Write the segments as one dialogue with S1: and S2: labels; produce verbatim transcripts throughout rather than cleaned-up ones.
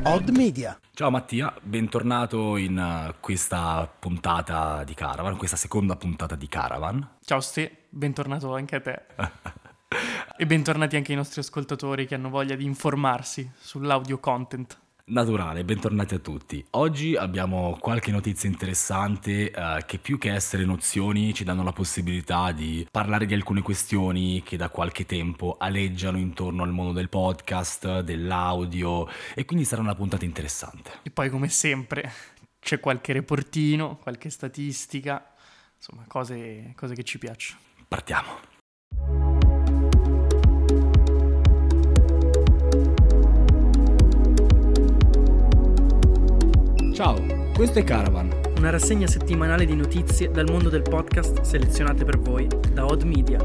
S1: Odd Media.
S2: Ciao Mattia, bentornato in uh, questa puntata di Caravan, questa seconda puntata di Caravan.
S3: Ciao Ste, bentornato anche a te. E bentornati anche ai nostri ascoltatori che hanno voglia di informarsi sull'audio content.
S2: Naturale, bentornati a tutti. Oggi abbiamo qualche notizia interessante eh, che più che essere nozioni ci danno la possibilità di parlare di alcune questioni che da qualche tempo aleggiano intorno al mondo del podcast, dell'audio, e quindi sarà una puntata interessante.
S3: E poi come sempre c'è qualche reportino, qualche statistica, insomma cose, cose che ci piacciono.
S2: Partiamo. Ciao, questo è Caravan,
S3: una rassegna settimanale di notizie dal mondo del podcast selezionate per voi da Odd Media.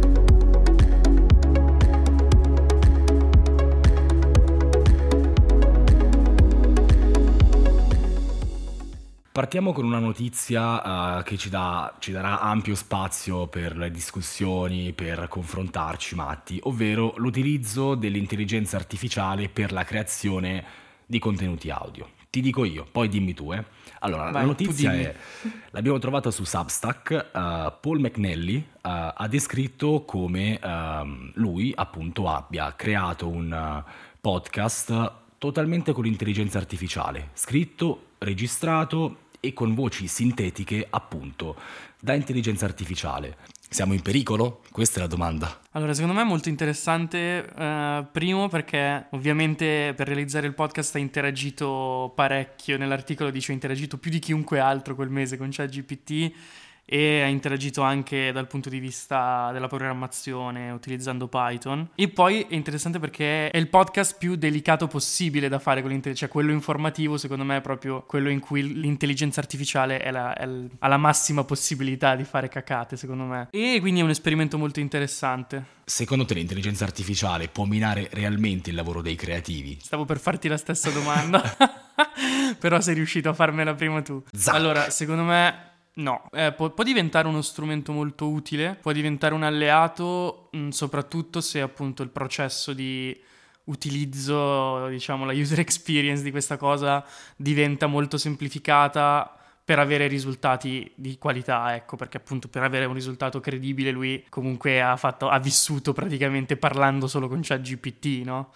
S2: Partiamo con una notizia uh, che ci, dà, ci darà ampio spazio per le discussioni, per confrontarci, Matti, ovvero l'utilizzo dell'intelligenza artificiale per la creazione di contenuti audio. Ti dico io, poi dimmi tu, eh. Allora,
S3: Vai,
S2: la notizia
S3: dimmi.
S2: è, l'abbiamo trovata su Substack, uh, Paul McNally uh, ha descritto come uh, lui appunto abbia creato un uh, podcast totalmente con l'intelligenza artificiale, scritto, registrato e con voci sintetiche appunto da intelligenza artificiale. Siamo in pericolo? Questa è la domanda.
S3: Allora, secondo me è molto interessante, eh, primo perché ovviamente per realizzare il podcast ha interagito parecchio, nell'articolo dice ha interagito più di chiunque altro quel mese con ChatGPT e ha interagito anche dal punto di vista della programmazione utilizzando Python. E poi è interessante perché è il podcast più delicato possibile da fare con l'intelligenza, cioè quello informativo secondo me è proprio quello in cui l'intelligenza artificiale è la, è l- ha la massima possibilità di fare cacate secondo me. E quindi è un esperimento molto interessante.
S2: Secondo te l'intelligenza artificiale può minare realmente il lavoro dei creativi?
S3: Stavo per farti la stessa domanda, però sei riuscito a farmela prima tu.
S2: Zac.
S3: Allora, secondo me no, eh, può, può diventare uno strumento molto utile, può diventare un alleato, mh, soprattutto se appunto il processo di utilizzo, diciamo la user experience di questa cosa diventa molto semplificata per avere risultati di qualità, ecco, perché appunto per avere un risultato credibile lui comunque ha fatto, ha vissuto praticamente parlando solo con ChatGPT, no?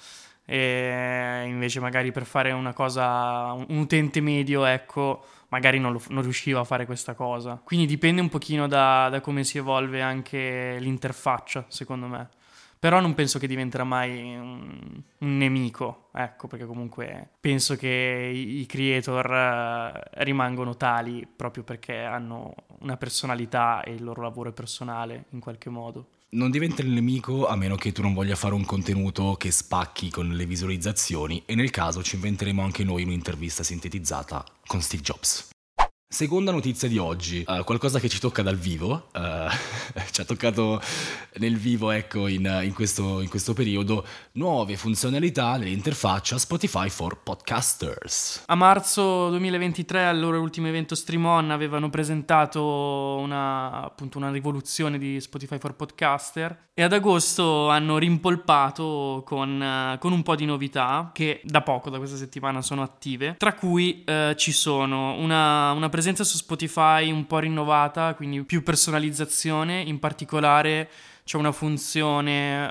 S3: E invece magari per fare una cosa, un utente medio, ecco, magari non, lo, non riusciva a fare questa cosa. Quindi dipende un pochino da, da come si evolve anche l'interfaccia, secondo me. Però non penso che diventerà mai un, un nemico, ecco, perché comunque penso che i, i creator uh, rimangono tali proprio perché hanno una personalità e il loro lavoro è personale in qualche modo.
S2: Non diventa il nemico a meno che tu non voglia fare un contenuto che spacchi con le visualizzazioni, e nel caso ci inventeremo anche noi un'intervista sintetizzata con Steve Jobs. Seconda notizia di oggi, uh, qualcosa che ci tocca dal vivo, uh, ci ha toccato nel vivo, ecco, in, in, questo, in questo periodo, nuove funzionalità nell'interfaccia Spotify for Podcasters.
S3: A marzo duemilaventitré, al loro ultimo evento Stream On, avevano presentato una, appunto una rivoluzione di Spotify for Podcaster e ad agosto hanno rimpolpato con, uh, con un po' di novità che da poco, da questa settimana, sono attive, tra cui uh, ci sono una, una presenza su Spotify un po' rinnovata, quindi più personalizzazione, in particolare c'è una funzione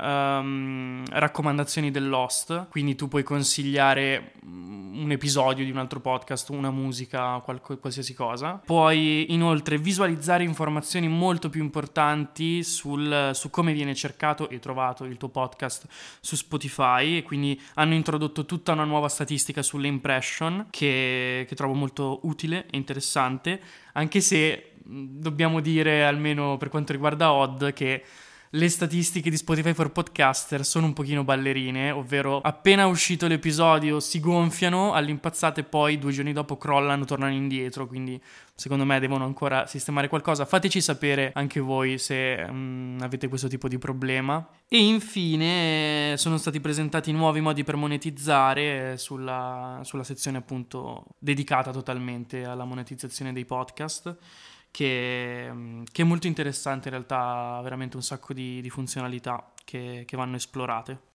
S3: um, raccomandazioni dell'host, quindi tu puoi consigliare un episodio di un altro podcast, una musica, qualco, qualsiasi cosa. Puoi inoltre visualizzare informazioni molto più importanti sul, su come viene cercato e trovato il tuo podcast su Spotify, e quindi hanno introdotto tutta una nuova statistica sulle impression che, che trovo molto utile e interessante, anche se dobbiamo dire, almeno per quanto riguarda Odd, che le statistiche di Spotify for Podcaster sono un pochino ballerine, ovvero appena uscito l'episodio si gonfiano all'impazzata e poi due giorni dopo crollano, tornano indietro, quindi secondo me devono ancora sistemare qualcosa. Fateci sapere anche voi se um, avete questo tipo di problema. E infine sono stati presentati nuovi modi per monetizzare sulla, sulla sezione appunto dedicata totalmente alla monetizzazione dei podcast, Che, che è molto interessante in realtà, ha veramente un sacco di, di funzionalità che, che vanno esplorate.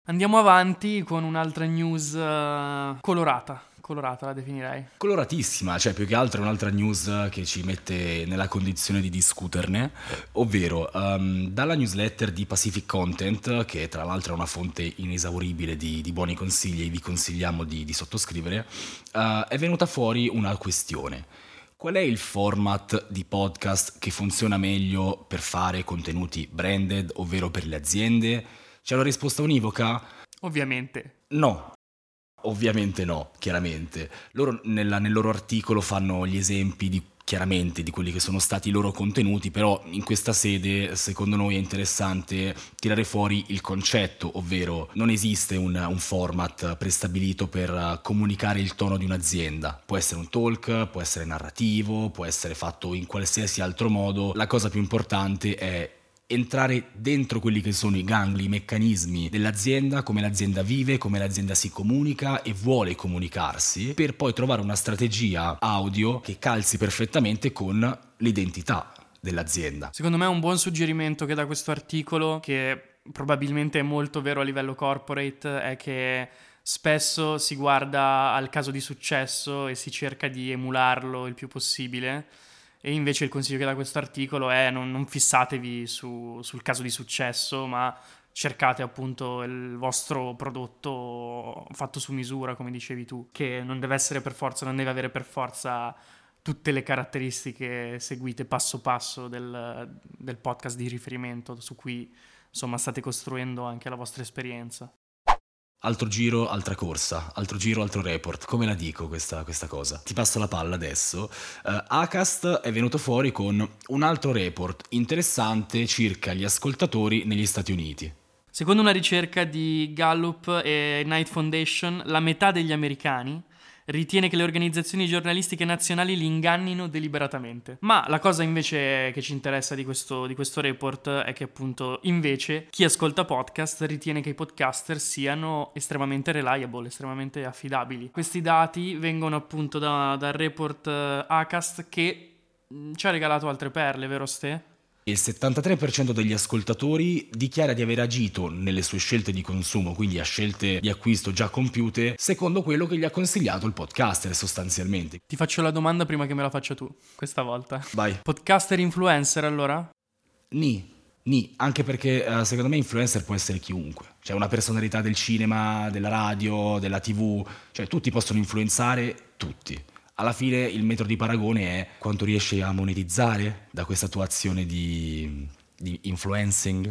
S3: Andiamo avanti con un'altra news uh, colorata. Colorata la definirei.
S2: Coloratissima, cioè più che altro è un'altra news che ci mette nella condizione di discuterne, ovvero um, dalla newsletter di Pacific Content, che tra l'altro è una fonte inesauribile di, di buoni consigli e vi consigliamo di, di sottoscrivere, uh, è venuta fuori una questione. Qual è il format di podcast che funziona meglio per fare contenuti branded, ovvero per le aziende? C'è una risposta univoca?
S3: Ovviamente.
S2: No. Ovviamente no, chiaramente. Loro nella, nel loro articolo fanno gli esempi di, chiaramente di quelli che sono stati i loro contenuti, però in questa sede secondo noi è interessante tirare fuori il concetto, ovvero non esiste un, un format prestabilito per comunicare il tono di un'azienda. Può essere un talk, può essere narrativo, può essere fatto in qualsiasi altro modo. La cosa più importante è entrare dentro quelli che sono i gangli, i meccanismi dell'azienda, come l'azienda vive, come l'azienda si comunica e vuole comunicarsi, per poi trovare una strategia audio che calzi perfettamente con l'identità dell'azienda.
S3: Secondo me è un buon suggerimento che da questo articolo, che probabilmente è molto vero a livello corporate, è che spesso si guarda al caso di successo e si cerca di emularlo il più possibile. E invece il consiglio che dà questo articolo è non, non fissatevi su, sul caso di successo, ma cercate appunto il vostro prodotto fatto su misura, come dicevi tu, che non deve essere per forza, non deve avere per forza tutte le caratteristiche seguite passo passo del, del podcast di riferimento su cui insomma state costruendo anche la vostra esperienza.
S2: Altro giro, altra corsa, altro giro, altro report. Come la dico questa, questa cosa? Ti passo la palla adesso. Uh, Acast è venuto fuori con un altro report interessante circa gli ascoltatori negli Stati Uniti.
S3: Secondo una ricerca di Gallup e Knight Foundation, la metà degli americani ritiene che le organizzazioni giornalistiche nazionali li ingannino deliberatamente. Ma la cosa invece che ci interessa di questo, di questo report è che appunto invece chi ascolta podcast ritiene che i podcaster siano estremamente reliable, estremamente affidabili. Questi dati vengono appunto da, dal report Acast che mh, ci ha regalato altre perle, vero Ste?
S2: Il settantatré per cento degli ascoltatori dichiara di aver agito nelle sue scelte di consumo, quindi a scelte di acquisto già compiute, secondo quello che gli ha consigliato il podcaster sostanzialmente.
S3: Ti faccio la domanda prima che me la faccia tu, questa volta.
S2: Vai.
S3: Podcaster influencer allora?
S2: Ni, ni, anche perché uh, secondo me influencer può essere chiunque. Cioè una personalità del cinema, della radio, della tivù, cioè tutti possono influenzare tutti. Alla fine il metro di paragone è quanto riesci a monetizzare da questa tua azione di, di influencing.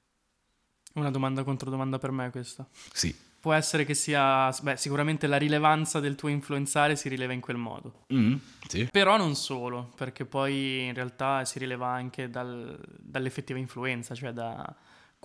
S3: Una domanda contro domanda per me questa.
S2: Sì.
S3: Può essere che sia, beh, sicuramente la rilevanza del tuo influenzare si rileva in quel modo.
S2: Mm, sì.
S3: Però non solo, perché poi in realtà si rileva anche dal, dall'effettiva influenza, cioè da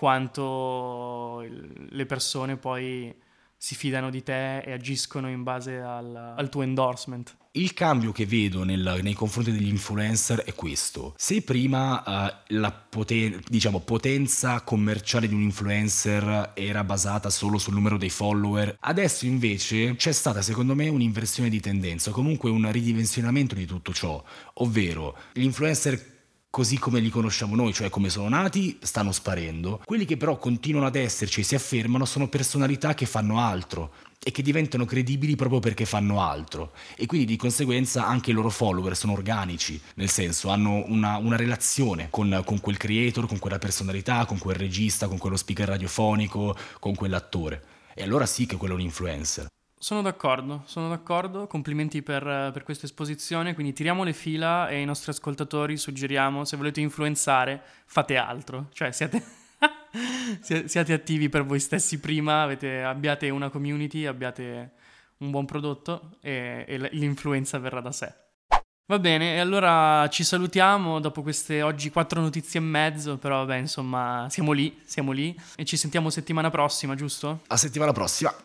S3: quanto il, le persone poi si fidano di te e agiscono in base al, al tuo endorsement.
S2: Il cambio che vedo nel, nei confronti degli influencer è questo. Se prima uh, la poten- diciamo, potenza commerciale di un influencer era basata solo sul numero dei follower, adesso invece c'è stata secondo me un'inversione di tendenza, comunque un ridimensionamento di tutto ciò, ovvero gli influencer così come li conosciamo noi, cioè come sono nati, stanno sparendo. Quelli che però continuano ad esserci e si affermano sono personalità che fanno altro e che diventano credibili proprio perché fanno altro, e quindi di conseguenza anche i loro follower sono organici, nel senso hanno una, una relazione con, con quel creator, con quella personalità, con quel regista, con quello speaker radiofonico, con quell'attore, e allora sì che quello è un influencer.
S3: Sono d'accordo, sono d'accordo, complimenti per, per questa esposizione, quindi tiriamo le fila e ai nostri ascoltatori suggeriamo, se volete influenzare, fate altro, cioè siate, siate attivi per voi stessi prima, avete, abbiate una community, abbiate un buon prodotto e, e l'influenza verrà da sé. Va bene, e allora ci salutiamo dopo queste oggi quattro notizie e mezzo, però vabbè insomma siamo lì, siamo lì e ci sentiamo settimana prossima, giusto?
S2: A settimana prossima!